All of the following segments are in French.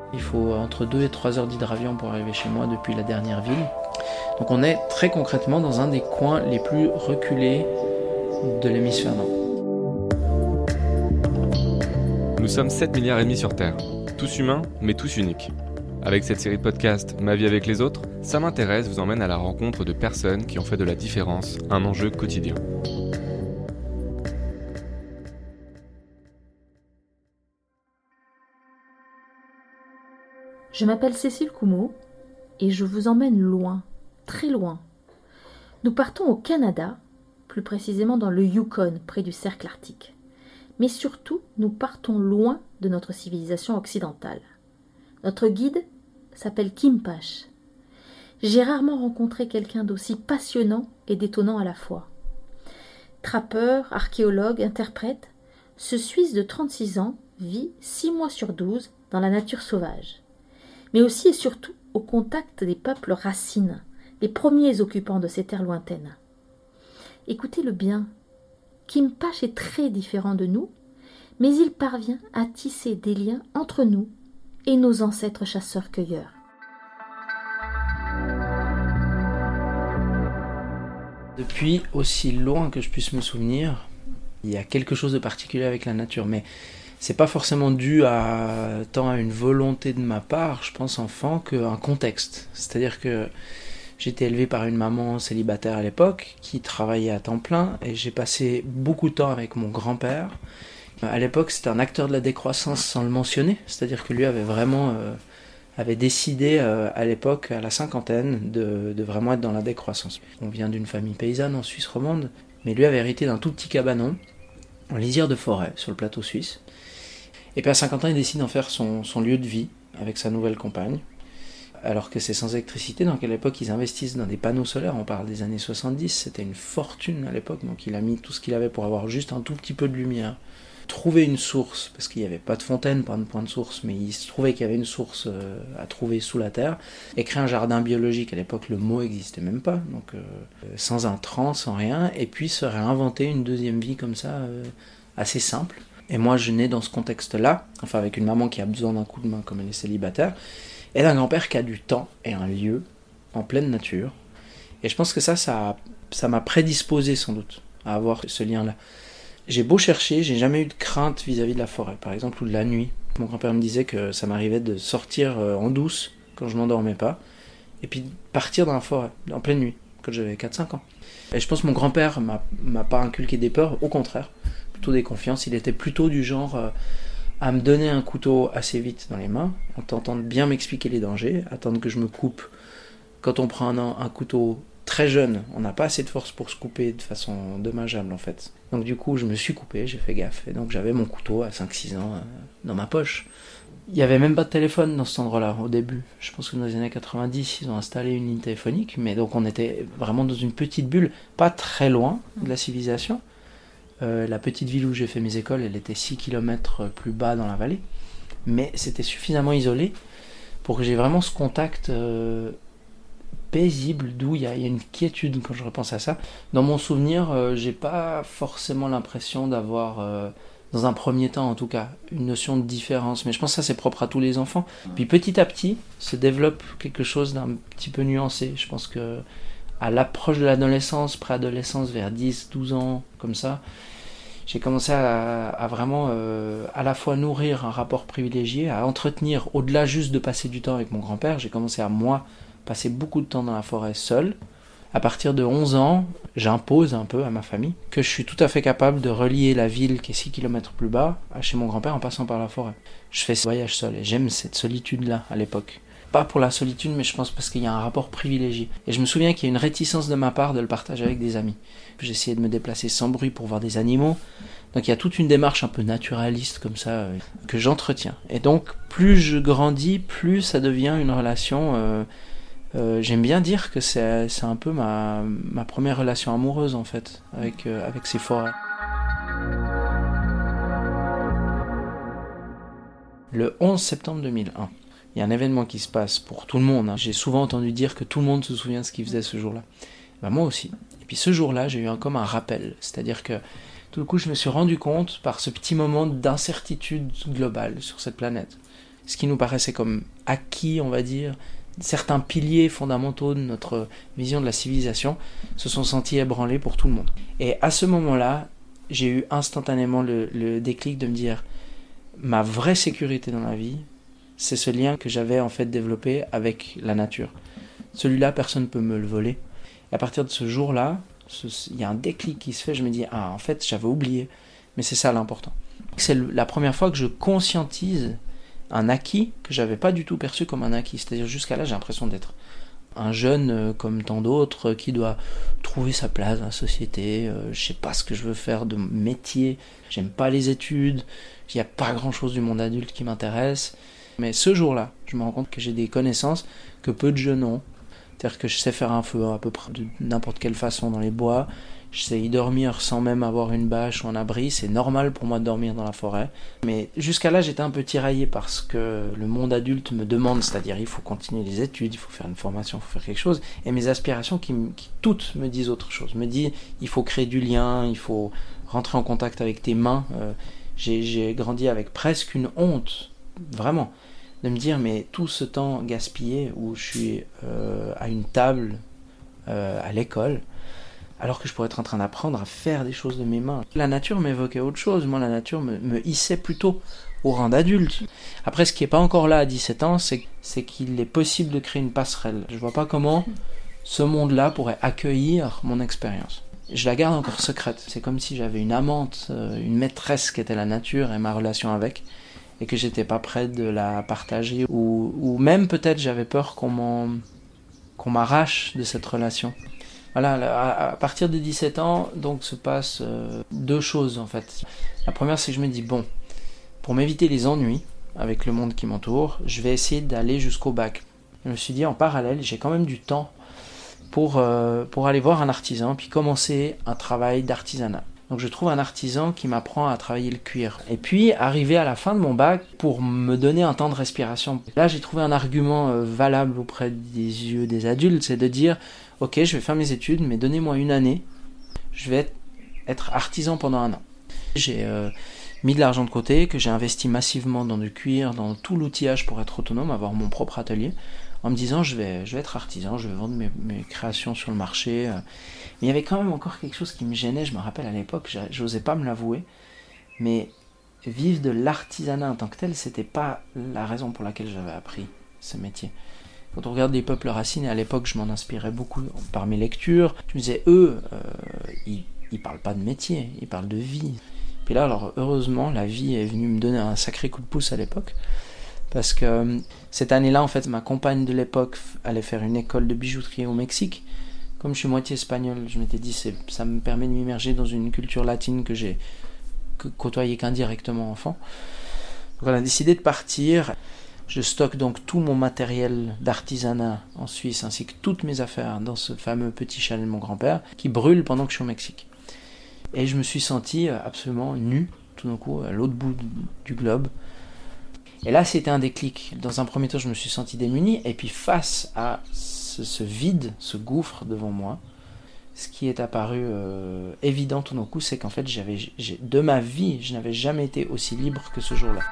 Il faut entre 2 et 3 heures d'hydravion pour arriver chez moi depuis la dernière ville. Donc on est très concrètement dans un des coins les plus reculés de l'hémisphère nord. Nous sommes 7 milliards et demi sur Terre, tous humains mais tous uniques. Avec cette série de podcasts Ma vie avec les autres, Ça m'intéresse vous emmène à la rencontre de personnes qui ont fait de la différence un enjeu quotidien. Je m'appelle Cécile Coumeau et je vous emmène loin, très loin. Nous partons au Canada, plus précisément dans le Yukon, près du cercle arctique. Mais surtout, nous partons loin de notre civilisation occidentale. Notre guide s'appelle Khimpach. J'ai rarement rencontré quelqu'un d'aussi passionnant et d'étonnant à la fois. Trappeur, archéologue, interprète, ce Suisse de 36 ans vit 6 mois sur 12 dans la nature sauvage. Mais aussi et surtout au contact des peuples racines, les premiers occupants de ces terres lointaines. Écoutez-le bien, Khimpach est très différent de nous, mais il parvient à tisser des liens entre nous et nos ancêtres chasseurs-cueilleurs. Depuis aussi loin que je puisse me souvenir, il y a quelque chose de particulier avec la nature, mais c'est pas forcément dû tant à une volonté de ma part, je pense enfant, qu'à un contexte. C'est-à-dire que j'étais élevé par une maman célibataire à l'époque, qui travaillait à temps plein, et j'ai passé beaucoup de temps avec mon grand-père. À l'époque, c'était un acteur de la décroissance sans le mentionner, c'est-à-dire que lui avait décidé à l'époque, à la cinquantaine, de vraiment être dans la décroissance. On vient d'une famille paysanne en Suisse romande, mais lui avait hérité d'un tout petit cabanon, en lisière de forêt, sur le plateau suisse. Et puis à 50 ans, il décide d'en faire son lieu de vie avec sa nouvelle compagne. Alors que c'est sans électricité, donc à l'époque, ils investissent dans des panneaux solaires, on parle des années 70, c'était une fortune à l'époque, donc il a mis tout ce qu'il avait pour avoir juste un tout petit peu de lumière. Trouver une source, parce qu'il n'y avait pas de fontaine, pas de point de source, mais il se trouvait qu'il y avait une source à trouver sous la terre, et créer un jardin biologique, à l'époque le mot n'existait même pas, donc sans intrants, sans rien, et puis se réinventer une deuxième vie comme ça, assez simple. Et moi je nais dans ce contexte-là, enfin avec une maman qui a besoin d'un coup de main comme elle est célibataire, et d'un grand-père qui a du temps et un lieu en pleine nature. Et je pense que ça m'a prédisposé sans doute à avoir ce lien-là. J'ai beau chercher, j'ai jamais eu de crainte vis-à-vis de la forêt, par exemple, ou de la nuit. Mon grand-père me disait que ça m'arrivait de sortir en douce quand je m'endormais pas, et puis partir dans la forêt, en pleine nuit, quand j'avais 4-5 ans. Et je pense que mon grand-père m'a pas inculqué des peurs, au contraire, plutôt des confiances. Il était plutôt du genre à me donner un couteau assez vite dans les mains, en tentant de bien m'expliquer les dangers, attendre que je me coupe. Quand on prend un couteau très jeune, on n'a pas assez de force pour se couper de façon dommageable en fait. Donc du coup, je me suis coupé, j'ai fait gaffe, et donc j'avais mon couteau à 5-6 ans dans ma poche. Il n'y avait même pas de téléphone dans cet endroit-là au début. Je pense que dans les années 90, ils ont installé une ligne téléphonique, mais donc on était vraiment dans une petite bulle, pas très loin de la civilisation. La petite ville où j'ai fait mes écoles, elle était 6 km plus bas dans la vallée, mais c'était suffisamment isolé pour que j'ai vraiment ce contact paisible, d'où il y a une quiétude quand je repense à ça. Dans mon souvenir, j'ai pas forcément l'impression d'avoir, dans un premier temps en tout cas, une notion de différence, mais je pense que ça c'est propre à tous les enfants. Puis petit à petit se développe quelque chose d'un petit peu nuancé. Je pense que à l'approche de l'adolescence, préadolescence, vers 10-12 ans, comme ça, j'ai commencé à vraiment à la fois nourrir un rapport privilégié, à entretenir, au-delà juste de passer du temps avec mon grand-père, j'ai commencé à moi passer beaucoup de temps dans la forêt seul. À partir de 11 ans, j'impose un peu à ma famille que je suis tout à fait capable de relier la ville qui est 6 km plus bas à chez mon grand-père en passant par la forêt. Je fais ce voyage seul et j'aime cette solitude-là à l'époque. Pas pour la solitude, mais je pense parce qu'il y a un rapport privilégié. Et je me souviens qu'il y a une réticence de ma part de le partager avec des amis. J'essayais de me déplacer sans bruit pour voir des animaux. Donc il y a toute une démarche un peu naturaliste comme ça que j'entretiens. Et donc plus je grandis, plus ça devient une relation... j'aime bien dire que c'est un peu ma première relation amoureuse en fait, avec ces forêts. Le 11 septembre 2001. Il y a un événement qui se passe pour tout le monde. Hein. J'ai souvent entendu dire que tout le monde se souvient de ce qu'il faisait ce jour-là. Ben moi aussi. Et puis ce jour-là, j'ai eu comme un rappel. C'est-à-dire que tout le coup, je me suis rendu compte, par ce petit moment d'incertitude globale sur cette planète, ce qui nous paraissait comme acquis, on va dire, certains piliers fondamentaux de notre vision de la civilisation se sont sentis ébranlés pour tout le monde. Et à ce moment-là, j'ai eu instantanément le déclic de me dire ma vraie sécurité dans la vie, c'est ce lien que j'avais en fait développé avec la nature. Celui-là, personne ne peut me le voler. Et à partir de ce jour-là, il y a un déclic qui se fait, je me dis en fait, j'avais oublié, mais c'est ça l'important. C'est la première fois que je conscientise un acquis que j'avais pas du tout perçu comme un acquis. C'est-à-dire jusqu'à là, j'ai l'impression d'être un jeune comme tant d'autres qui doit trouver sa place dans la société. Je sais pas ce que je veux faire de métier. J'aime pas les études. Il n'y a pas grand-chose du monde adulte qui m'intéresse. Mais ce jour-là, je me rends compte que j'ai des connaissances que peu de jeunes ont. C'est-à-dire que je sais faire un feu à peu près de n'importe quelle façon dans les bois. Je sais y dormir sans même avoir une bâche ou un abri. C'est normal pour moi de dormir dans la forêt. Mais jusqu'à là, j'étais un peu tiraillé parce que le monde adulte me demande, c'est-à-dire il faut continuer les études, il faut faire une formation, il faut faire quelque chose. Et mes aspirations qui toutes me disent autre chose. Me disent, il faut créer du lien, il faut rentrer en contact avec tes mains. J'ai grandi avec presque une honte, vraiment, de me dire, mais tout ce temps gaspillé où je suis à une table à l'école, alors que je pourrais être en train d'apprendre à faire des choses de mes mains. La nature m'évoquait autre chose. Moi, la nature me hissait plutôt au rang d'adulte. Après, ce qui n'est pas encore là à 17 ans, c'est qu'il est possible de créer une passerelle. Je ne vois pas comment ce monde-là pourrait accueillir mon expérience. Je la garde encore secrète. C'est comme si j'avais une amante, une maîtresse qui était la nature et ma relation avec, et que j'étais pas prêt de la partager, ou même peut-être j'avais peur qu'on m'arrache de cette relation. Voilà, à partir de 17 ans, donc se passent deux choses en fait. La première, c'est que je me dis, bon, pour m'éviter les ennuis avec le monde qui m'entoure, je vais essayer d'aller jusqu'au bac. Je me suis dit, en parallèle, j'ai quand même du temps pour aller voir un artisan, puis commencer un travail d'artisanat. Donc je trouve un artisan qui m'apprend à travailler le cuir. Et puis, arriver à la fin de mon bac, pour me donner un temps de respiration. Là, j'ai trouvé un argument valable auprès des yeux des adultes, c'est de dire, ok, je vais faire mes études, mais donnez-moi une année, je vais être artisan pendant un an. J'ai mis de l'argent de côté, que j'ai investi massivement dans du cuir, dans tout l'outillage pour être autonome, avoir mon propre atelier, en me disant je vais être artisan, je vais vendre mes créations sur le marché. Mais il y avait quand même encore quelque chose qui me gênait, je me rappelle à l'époque, j'osais pas me l'avouer, mais vivre de l'artisanat en tant que tel, c'était pas la raison pour laquelle j'avais appris ce métier. Quand on regarde les peuples racines, et à l'époque je m'en inspirais beaucoup par mes lectures, je me disais, eux, ils parlent pas de métier, ils parlent de vie. Puis là, alors heureusement, la vie est venue me donner un sacré coup de pouce à l'époque, parce que cette année-là, en fait, ma compagne de l'époque allait faire une école de bijouterie au Mexique. Comme je suis moitié espagnol, je m'étais dit, ça me permet de m'immerger dans une culture latine que j'ai côtoyée qu'indirectement enfant. Donc on a décidé de partir. Je stocke donc tout mon matériel d'artisanat en Suisse, ainsi que toutes mes affaires dans ce fameux petit chalet de mon grand-père, qui brûle pendant que je suis au Mexique. Et je me suis senti absolument nu, tout d'un coup, à l'autre bout du globe. Et là, c'était un déclic. Dans un premier temps, je me suis senti démuni, et puis face à ce vide, ce gouffre devant moi, ce qui est apparu évident tout d'un coup, c'est qu'en fait, de ma vie, je n'avais jamais été aussi libre que ce jour-là.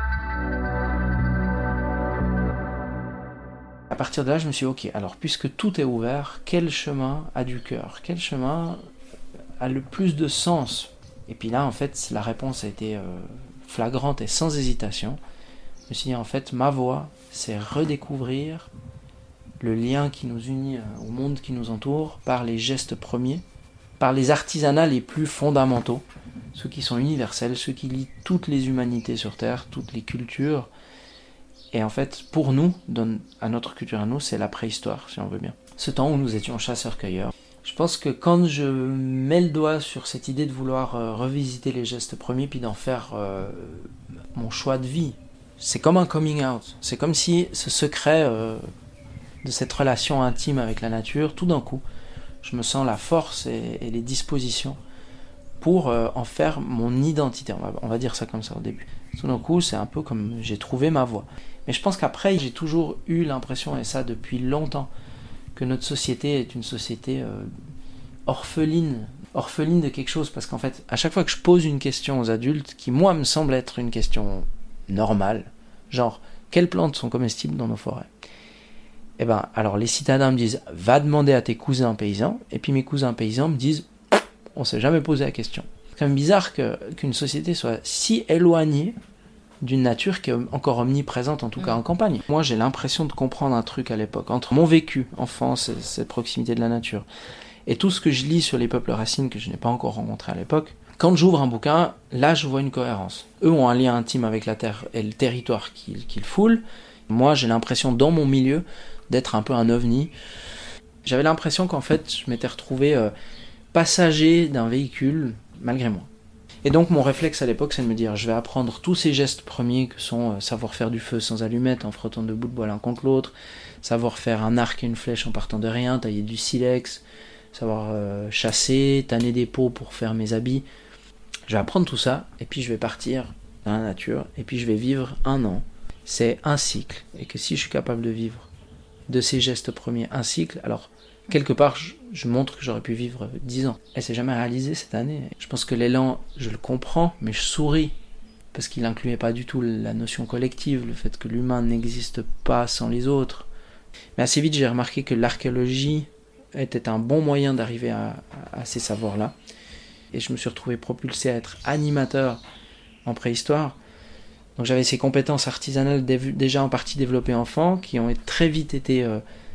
À partir de là, je me suis dit, ok, alors puisque tout est ouvert, quel chemin a du cœur? Quel chemin a le plus de sens? Et puis là, en fait, la réponse a été flagrante et sans hésitation. Je me suis dit, en fait, ma voie, c'est redécouvrir le lien qui nous unit au monde qui nous entoure par les gestes premiers, par les artisanats les plus fondamentaux, ceux qui sont universels, ceux qui lient toutes les humanités sur Terre, toutes les cultures. Et en fait, pour nous, à notre culture à nous, c'est la préhistoire, si on veut bien. Ce temps où nous étions chasseurs-cueilleurs. Je pense que quand je mets le doigt sur cette idée de vouloir revisiter les gestes premiers, puis d'en faire mon choix de vie, c'est comme un coming out. C'est comme si ce secret de cette relation intime avec la nature, tout d'un coup, je me sens la force et les dispositions pour en faire mon identité. On va dire ça comme ça au début. Tout d'un coup, c'est un peu comme j'ai trouvé ma voie. Mais je pense qu'après, j'ai toujours eu l'impression, et ça depuis longtemps, que notre société est une société orpheline de quelque chose. Parce qu'en fait, à chaque fois que je pose une question aux adultes, qui moi me semble être une question normale, genre, quelles plantes sont comestibles dans nos forêts. Et ben, alors les citadins me disent, va demander à tes cousins paysans, et puis mes cousins paysans me disent, on s'est jamais posé la question. C'est quand même bizarre qu'une société soit si éloignée d'une nature qui est encore omniprésente, en tout cas en campagne. Moi, j'ai l'impression de comprendre un truc à l'époque, entre mon vécu, enfance, cette proximité de la nature, et tout ce que je lis sur les peuples racines que je n'ai pas encore rencontrés à l'époque. Quand j'ouvre un bouquin, là, je vois une cohérence. Eux ont un lien intime avec la terre et le territoire qu'ils foulent. Moi, j'ai l'impression, dans mon milieu, d'être un peu un ovni. J'avais l'impression qu'en fait, je m'étais retrouvé passager d'un véhicule, malgré moi. Et donc mon réflexe à l'époque, c'est de me dire, je vais apprendre tous ces gestes premiers que sont savoir faire du feu sans allumette en frottant deux bouts de bois l'un contre l'autre, savoir faire un arc et une flèche en partant de rien, tailler du silex, savoir chasser, tanner des peaux pour faire mes habits. Je vais apprendre tout ça, et puis je vais partir dans la nature, et puis je vais vivre 1 an. C'est un cycle, et que si je suis capable de vivre de ces gestes premiers un cycle, alors quelque part, je montre que j'aurais pu vivre 10 ans. Elle s'est jamais réalisée cette année. Je pense que l'élan, je le comprends, mais je souris. Parce qu'il n'incluait pas du tout la notion collective, le fait que l'humain n'existe pas sans les autres. Mais assez vite, j'ai remarqué que l'archéologie était un bon moyen d'arriver à ces savoirs-là. Et je me suis retrouvé propulsé à être animateur en préhistoire. Donc j'avais ces compétences artisanales déjà en partie développées enfant, qui ont très vite été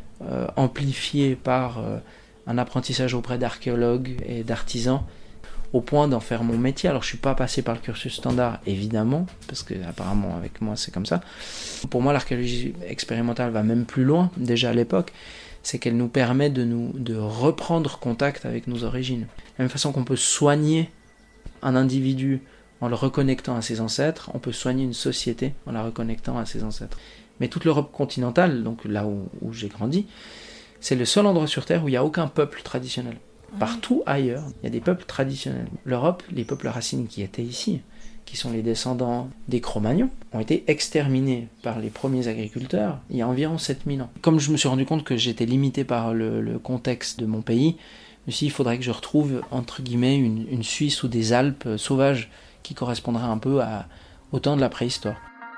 amplifié par un apprentissage auprès d'archéologues et d'artisans, au point d'en faire mon métier. Alors je suis pas passé par le cursus standard, évidemment, parce que apparemment avec moi c'est comme ça. Pour moi, l'archéologie expérimentale va même plus loin, déjà à l'époque, c'est qu'elle nous permet de reprendre contact avec nos origines. De la même façon qu'on peut soigner un individu en le reconnectant à ses ancêtres, on peut soigner une société en la reconnectant à ses ancêtres. Mais toute l'Europe continentale, donc là où j'ai grandi, c'est le seul endroit sur Terre où il n'y a aucun peuple traditionnel. Partout ailleurs, il y a des peuples traditionnels. L'Europe, les peuples racines qui étaient ici, qui sont les descendants des Cro-Magnons, ont été exterminés par les premiers agriculteurs il y a environ 7000 ans. Comme je me suis rendu compte que j'étais limité par le contexte de mon pays, je me suis dit, il faudrait que je retrouve, entre guillemets, une Suisse ou des Alpes sauvages qui correspondraient un peu au temps de la préhistoire.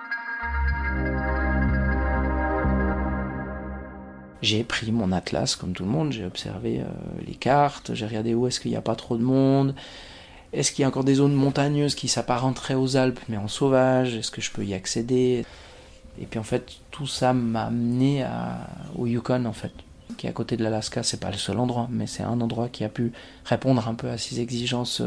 J'ai pris mon atlas comme tout le monde, j'ai observé les cartes, j'ai regardé où est-ce qu'il n'y a pas trop de monde, est-ce qu'il y a encore des zones montagneuses qui s'apparenteraient aux Alpes mais en sauvage, est-ce que je peux y accéder. Et puis en fait tout ça m'a amené au Yukon en fait, qui est à côté de l'Alaska. C'est pas le seul endroit, mais c'est un endroit qui a pu répondre un peu à ces exigences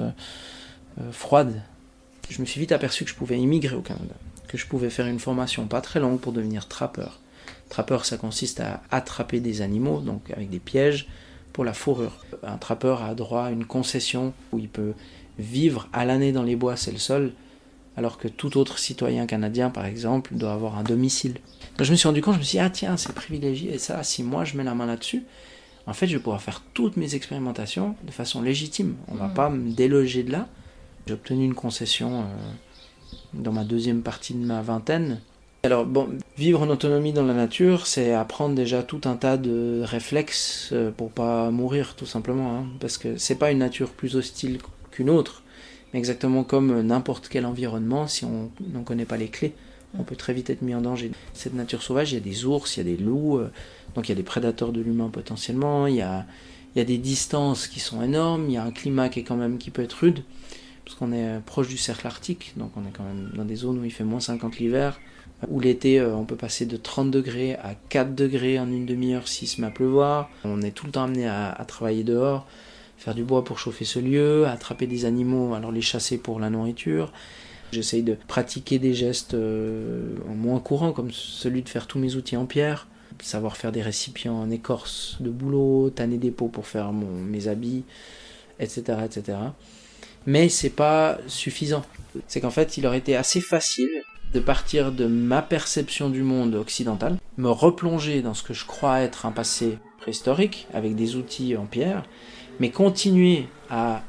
froides. Je me suis vite aperçu que je pouvais immigrer au Canada, que je pouvais faire une formation pas très longue pour devenir trappeur. Trappeur, ça consiste à attraper des animaux, donc avec des pièges, pour la fourrure. Un trappeur a droit à une concession où il peut vivre à l'année dans les bois, c'est le seul, alors que tout autre citoyen canadien, par exemple, doit avoir un domicile. Quand je me suis rendu compte, je me suis dit, ah tiens, c'est privilégié, et ça, si moi je mets la main là-dessus, en fait, je vais pouvoir faire toutes mes expérimentations de façon légitime. On ne va pas me déloger de là. J'ai obtenu une concession dans ma deuxième partie de ma vingtaine. Alors bon, vivre en autonomie dans la nature, c'est apprendre déjà tout un tas de réflexes pour pas mourir tout simplement, hein, parce que c'est pas une nature plus hostile qu'une autre, mais exactement comme n'importe quel environnement, si on n'en connaît pas les clés, on peut très vite être mis en danger. Cette nature sauvage, il y a des ours, il y a des loups, donc il y a des prédateurs de l'humain potentiellement, il y a des distances qui sont énormes, il y a un climat qui peut être rude, parce qu'on est proche du cercle arctique, donc on est quand même dans des zones où il fait moins 50 l'hiver, où l'été on peut passer de 30 degrés à 4 degrés en une demi-heure s'il se met à pleuvoir. On est tout le temps amené à travailler dehors, faire du bois pour chauffer ce lieu, à attraper des animaux, alors les chasser pour la nourriture. J'essaye de pratiquer des gestes moins courants, comme celui de faire tous mes outils en pierre, savoir faire des récipients en écorce de bouleau, tanner des peaux pour faire mes habits, etc., etc. Mais c'est pas suffisant. C'est qu'en fait, il aurait été assez facile de partir de ma perception du monde occidental, me replonger dans ce que je crois être un passé préhistorique, avec des outils en pierre, mais continuer à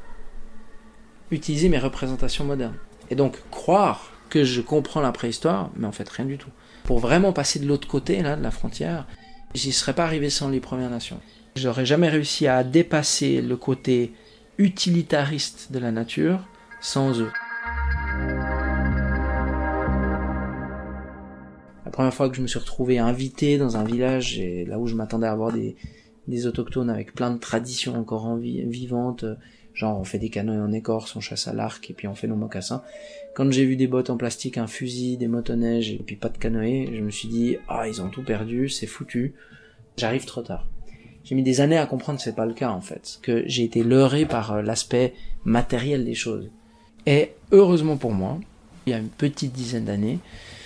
utiliser mes représentations modernes. Et donc croire que je comprends la préhistoire, mais en fait rien du tout. Pour vraiment passer de l'autre côté là, de la frontière, j'y serais pas arrivé sans les Premières Nations. J'aurais jamais réussi à dépasser le côté utilitariste de la nature sans eux. première fois que je me suis retrouvé invité dans un village, et là où je m'attendais à avoir des autochtones avec plein de traditions encore vivantes, genre on fait des canoës en écorce, on chasse à l'arc, et puis on fait nos mocassins. Quand j'ai vu des bottes en plastique, un fusil, des motoneiges, et puis pas de canoë, je me suis dit, ils ont tout perdu, c'est foutu, j'arrive trop tard. J'ai mis des années à comprendre que c'est pas le cas, en fait, que j'ai été leurré par l'aspect matériel des choses. Et heureusement pour moi, il y a une petite dizaine d'années,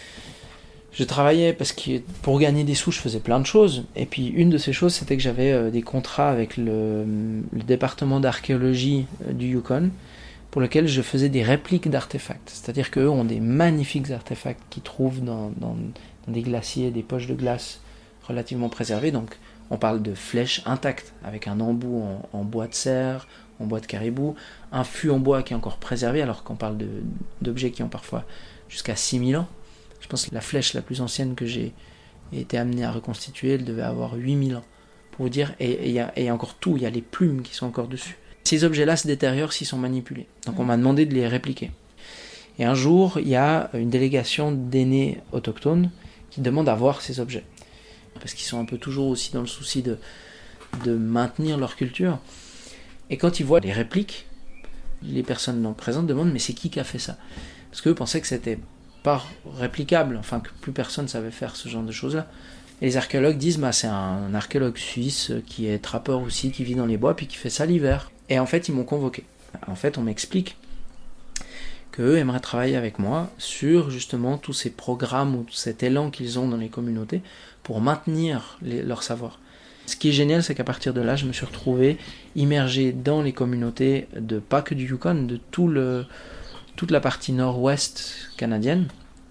je travaillais parce que pour gagner des sous, je faisais plein de choses. Et puis une de ces choses, c'était que j'avais des contrats avec le département d'archéologie du Yukon, pour lequel je faisais des répliques d'artefacts. C'est-à-dire qu'eux ont des magnifiques artefacts qu'ils trouvent dans des glaciers, des poches de glace relativement préservées. Donc on parle de flèches intactes, avec un embout en bois de cerf, en bois de caribou, un fût en bois qui est encore préservé, alors qu'on parle d'objets qui ont parfois jusqu'à 6000 ans. Je pense que la flèche la plus ancienne que j'ai été amené à reconstituer, elle devait avoir 8000 ans, pour vous dire, et il y a encore tout, il y a les plumes qui sont encore dessus. Ces objets-là se détériorent s'ils sont manipulés, donc on m'a demandé de les répliquer. Et un jour, il y a une délégation d'aînés autochtones qui demandent à voir ces objets, parce qu'ils sont un peu toujours aussi dans le souci de maintenir leur culture. Et quand ils voient les répliques, les personnes non présentes demandent, mais c'est qui a fait ça? Parce qu'eux pensaient que c'était pas réplicable, enfin que plus personne savait faire ce genre de choses-là. Et les archéologues disent, c'est un archéologue suisse qui est trappeur aussi, qui vit dans les bois, puis qui fait ça l'hiver. Et en fait, ils m'ont convoqué. En fait, on m'explique qu'eux aimeraient travailler avec moi sur justement tous ces programmes ou tout cet élan qu'ils ont dans les communautés pour maintenir leur savoir. Ce qui est génial, c'est qu'à partir de là, je me suis retrouvé immergé dans les communautés pas que du Yukon, de toute la partie nord-ouest canadienne,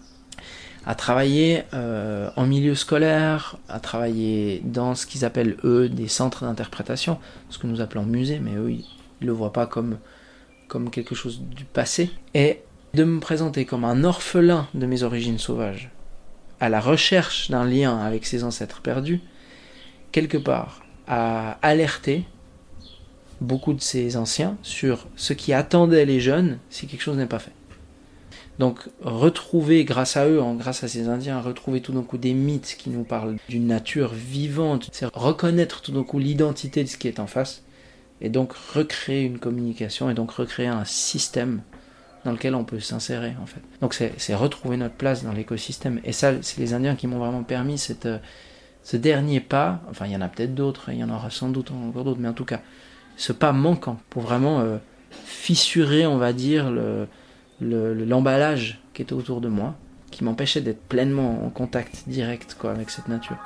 à travailler en milieu scolaire, à travailler dans ce qu'ils appellent, eux, des centres d'interprétation, ce que nous appelons musées, mais eux, ils ne le voient pas comme quelque chose du passé, et de me présenter comme un orphelin de mes origines sauvages, à la recherche d'un lien avec ses ancêtres perdus, quelque part, à alerter beaucoup de ces anciens sur ce qui attendait les jeunes si quelque chose n'est pas fait. Donc retrouver, grâce à eux, grâce à ces Indiens, retrouver tout d'un coup des mythes qui nous parlent d'une nature vivante, c'est reconnaître tout d'un coup l'identité de ce qui est en face, et donc recréer une communication, et donc recréer un système dans lequel on peut s'insérer, en fait. Donc c'est retrouver notre place dans l'écosystème, et ça, c'est les Indiens qui m'ont vraiment permis ce dernier pas. Enfin, il y en a peut-être d'autres, il y en aura sans doute encore d'autres, mais en tout cas, ce pas manquant pour vraiment fissurer, on va dire, l'emballage qui était autour de moi, qui m'empêchait d'être pleinement en contact direct avec cette nature.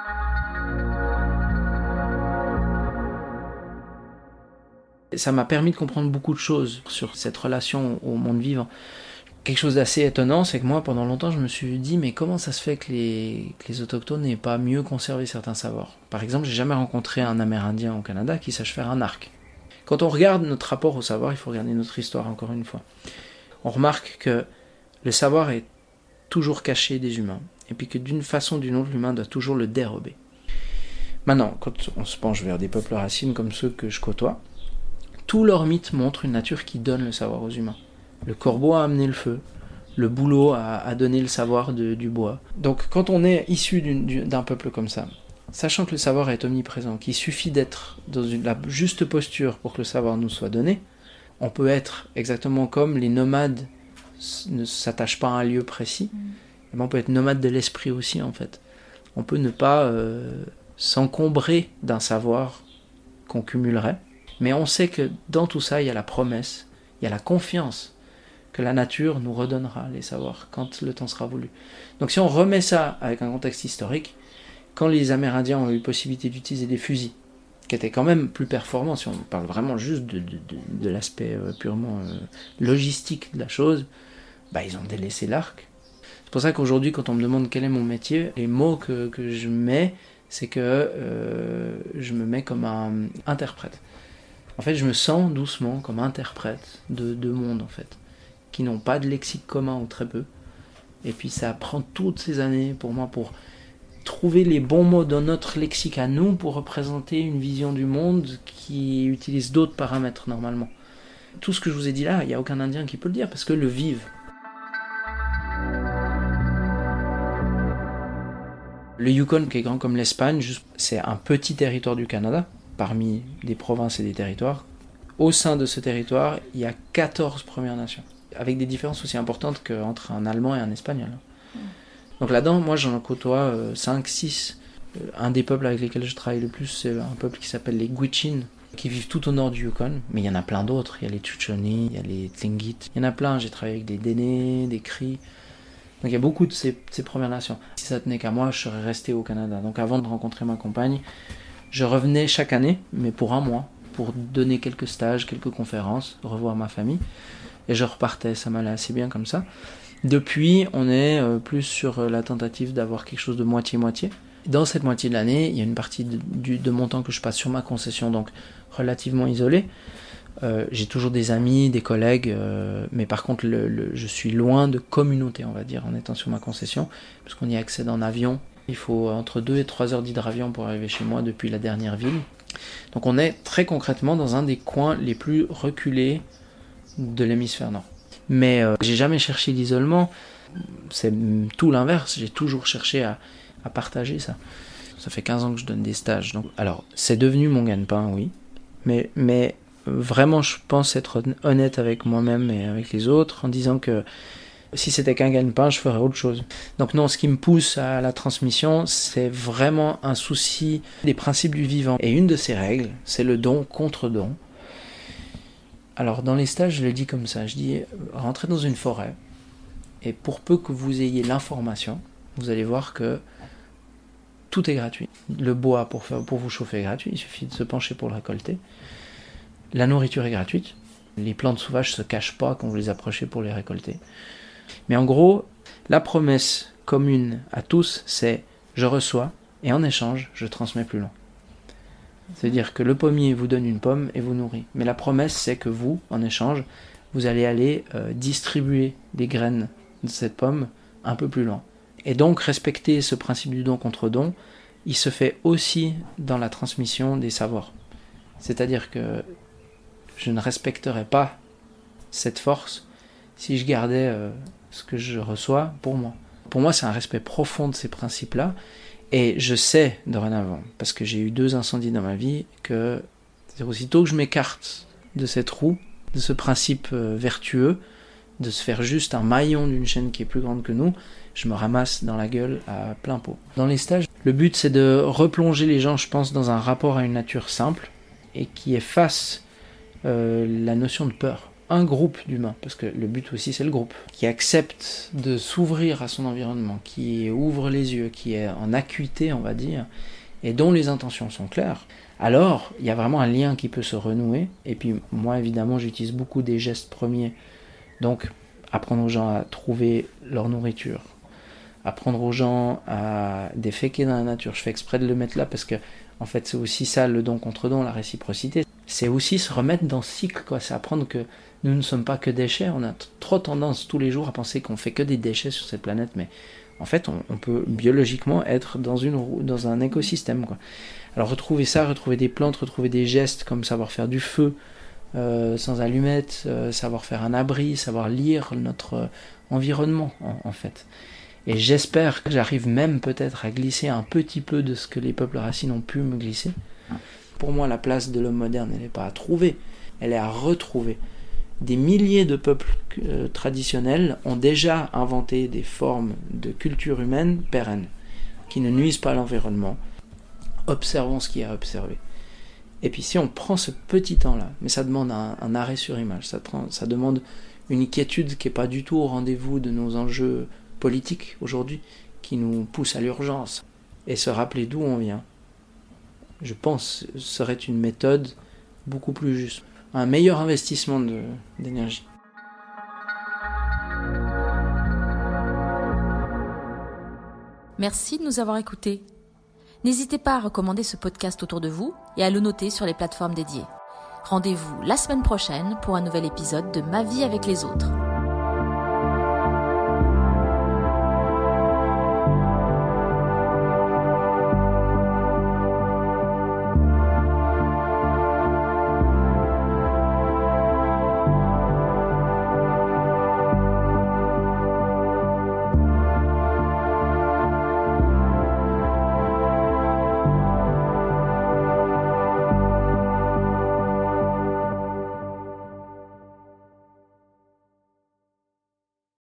Et ça m'a permis de comprendre beaucoup de choses sur cette relation au monde vivant. Quelque chose d'assez étonnant, c'est que moi, pendant longtemps, je me suis dit, mais comment ça se fait que les autochtones n'aient pas mieux conservé certains savoirs? Par exemple, j'ai jamais rencontré un Amérindien au Canada qui sache faire un arc. Quand on regarde notre rapport au savoir, il faut regarder notre histoire encore une fois. On remarque que le savoir est toujours caché des humains, et puis que d'une façon ou d'une autre, l'humain doit toujours le dérober. Maintenant, quand on se penche vers des peuples racines comme ceux que je côtoie, tous leurs mythes montrent une nature qui donne le savoir aux humains. Le corbeau a amené le feu, le bouleau a donné le savoir du bois. Donc quand on est issu d'un peuple comme ça, sachant que le savoir est omniprésent, qu'il suffit d'être dans la juste posture pour que le savoir nous soit donné, on peut être exactement comme les nomades ne s'attachent pas à un lieu précis, et on peut être nomade de l'esprit aussi, en fait. On peut ne pas s'encombrer d'un savoir qu'on cumulerait, mais on sait que dans tout ça, il y a la promesse, il y a la confiance que la nature nous redonnera les savoirs quand le temps sera voulu. Donc si on remet ça avec un contexte historique, quand les Amérindiens ont eu possibilité d'utiliser des fusils, qui étaient quand même plus performants, si on parle vraiment juste de l'aspect purement logistique de la chose, ils ont délaissé l'arc. C'est pour ça qu'aujourd'hui, quand on me demande quel est mon métier, les mots que je mets, c'est que je me mets comme un interprète. En fait, je me sens doucement comme interprète de deux mondes, en fait, qui n'ont pas de lexique commun ou très peu. Et puis ça prend toutes ces années pour moi pour trouver les bons mots dans notre lexique à nous pour représenter une vision du monde qui utilise d'autres paramètres normalement. Tout ce que je vous ai dit là, il n'y a aucun Indien qui peut le dire parce que le vivent. Le Yukon, qui est grand comme l'Espagne, c'est un petit territoire du Canada, parmi des provinces et des territoires. Au sein de ce territoire, il y a 14 Premières Nations, avec des différences aussi importantes qu'entre un Allemand et un Espagnol. Donc là-dedans, moi j'en côtoie 5, 6. Un des peuples avec lesquels je travaille le plus, c'est un peuple qui s'appelle les Gwich'in, qui vivent tout au nord du Yukon, mais il y en a plein d'autres. Il y a les Tchui-Tchoni, il y a les Tlingit, il y en a plein. J'ai travaillé avec des Dene, des Cris. Donc il y a beaucoup de ces Premières Nations. Si ça tenait qu'à moi, je serais resté au Canada. Donc avant de rencontrer ma compagne, je revenais chaque année, mais pour un mois, pour donner quelques stages, quelques conférences, revoir ma famille. Et je repartais, ça m'allait assez bien comme ça. Depuis, on est plus sur la tentative d'avoir quelque chose de moitié-moitié. Dans cette moitié de l'année, il y a une partie de mon temps que je passe sur ma concession, donc relativement isolée. J'ai toujours des amis, des collègues, mais par contre je suis loin de communauté, on va dire, en étant sur ma concession, parce qu'on y accède en avion. Il faut entre 2 et 3 heures d'hydravion pour arriver chez moi depuis la dernière ville. Donc on est très concrètement dans un des coins les plus reculés de l'hémisphère nord. Mais j'ai jamais cherché l'isolement, c'est tout l'inverse, j'ai toujours cherché à partager ça. Ça fait 15 ans que je donne des stages. Donc, alors, c'est devenu mon gagne-pain, oui, mais vraiment, je pense être honnête avec moi-même et avec les autres en disant que si c'était qu'un gagne-pain, je ferais autre chose. Donc non, ce qui me pousse à la transmission, c'est vraiment un souci des principes du vivant. Et une de ces règles, c'est le don contre don. Alors dans les stages, je le dis comme ça, je dis rentrez dans une forêt et pour peu que vous ayez l'information, vous allez voir que tout est gratuit. Le bois pour vous chauffer est gratuit, il suffit de se pencher pour le récolter. La nourriture est gratuite. Les plantes sauvages ne se cachent pas quand vous les approchez pour les récolter. Mais en gros, la promesse commune à tous, c'est je reçois et en échange, je transmets plus loin. C'est-à-dire que le pommier vous donne une pomme et vous nourrit. Mais la promesse, c'est que vous, en échange, vous allez aller distribuer des graines de cette pomme un peu plus loin. Et donc, respecter ce principe du don contre don, il se fait aussi dans la transmission des savoirs. C'est-à-dire que je ne respecterais pas cette force si je gardais ce que je reçois pour moi. Pour moi, c'est un respect profond de ces principes-là. Et je sais dorénavant, parce que j'ai eu 2 incendies dans ma vie, que c'est aussitôt que je m'écarte de cette roue, de ce principe vertueux, de se faire juste un maillon d'une chaîne qui est plus grande que nous, je me ramasse dans la gueule à plein pot. Dans les stages, le but c'est de replonger les gens, je pense, dans un rapport à une nature simple et qui efface la notion de peur. Un groupe d'humains, parce que le but aussi c'est le groupe, qui accepte de s'ouvrir à son environnement, qui ouvre les yeux, qui est en acuité on va dire, et dont les intentions sont claires, alors il y a vraiment un lien qui peut se renouer. Et puis moi évidemment j'utilise beaucoup des gestes premiers, donc apprendre aux gens à trouver leur nourriture, apprendre aux gens à déféquer dans la nature. Je fais exprès de le mettre là parce que en fait c'est aussi ça le don contre don, la réciprocité. C'est aussi se remettre dans ce cycle, quoi. C'est apprendre que nous ne sommes pas que déchets. On a trop tendance tous les jours à penser qu'on fait que des déchets sur cette planète, mais en fait on peut biologiquement être dans un écosystème, quoi. Alors retrouver ça, retrouver des plantes, retrouver des gestes comme savoir faire du feu sans allumettes, savoir faire un abri, savoir lire notre environnement en fait. Et j'espère que j'arrive même peut-être à glisser un petit peu de ce que les peuples racines ont pu me glisser. Pour moi, la place de l'homme moderne, elle n'est pas à trouver, elle est à retrouver. Des milliers de peuples traditionnels ont déjà inventé des formes de culture humaine pérennes, qui ne nuisent pas à l'environnement. Observons ce qui est à observer. Et puis si on prend ce petit temps-là, mais ça demande un arrêt sur image, ça demande une quiétude qui n'est pas du tout au rendez-vous de nos enjeux politiques aujourd'hui, qui nous poussent à l'urgence, et se rappeler d'où on vient, je pense, serait une méthode beaucoup plus juste. Un meilleur investissement d'énergie. Merci de nous avoir écoutés. N'hésitez pas à recommander ce podcast autour de vous et à le noter sur les plateformes dédiées. Rendez-vous la semaine prochaine pour un nouvel épisode de Ma vie avec les autres.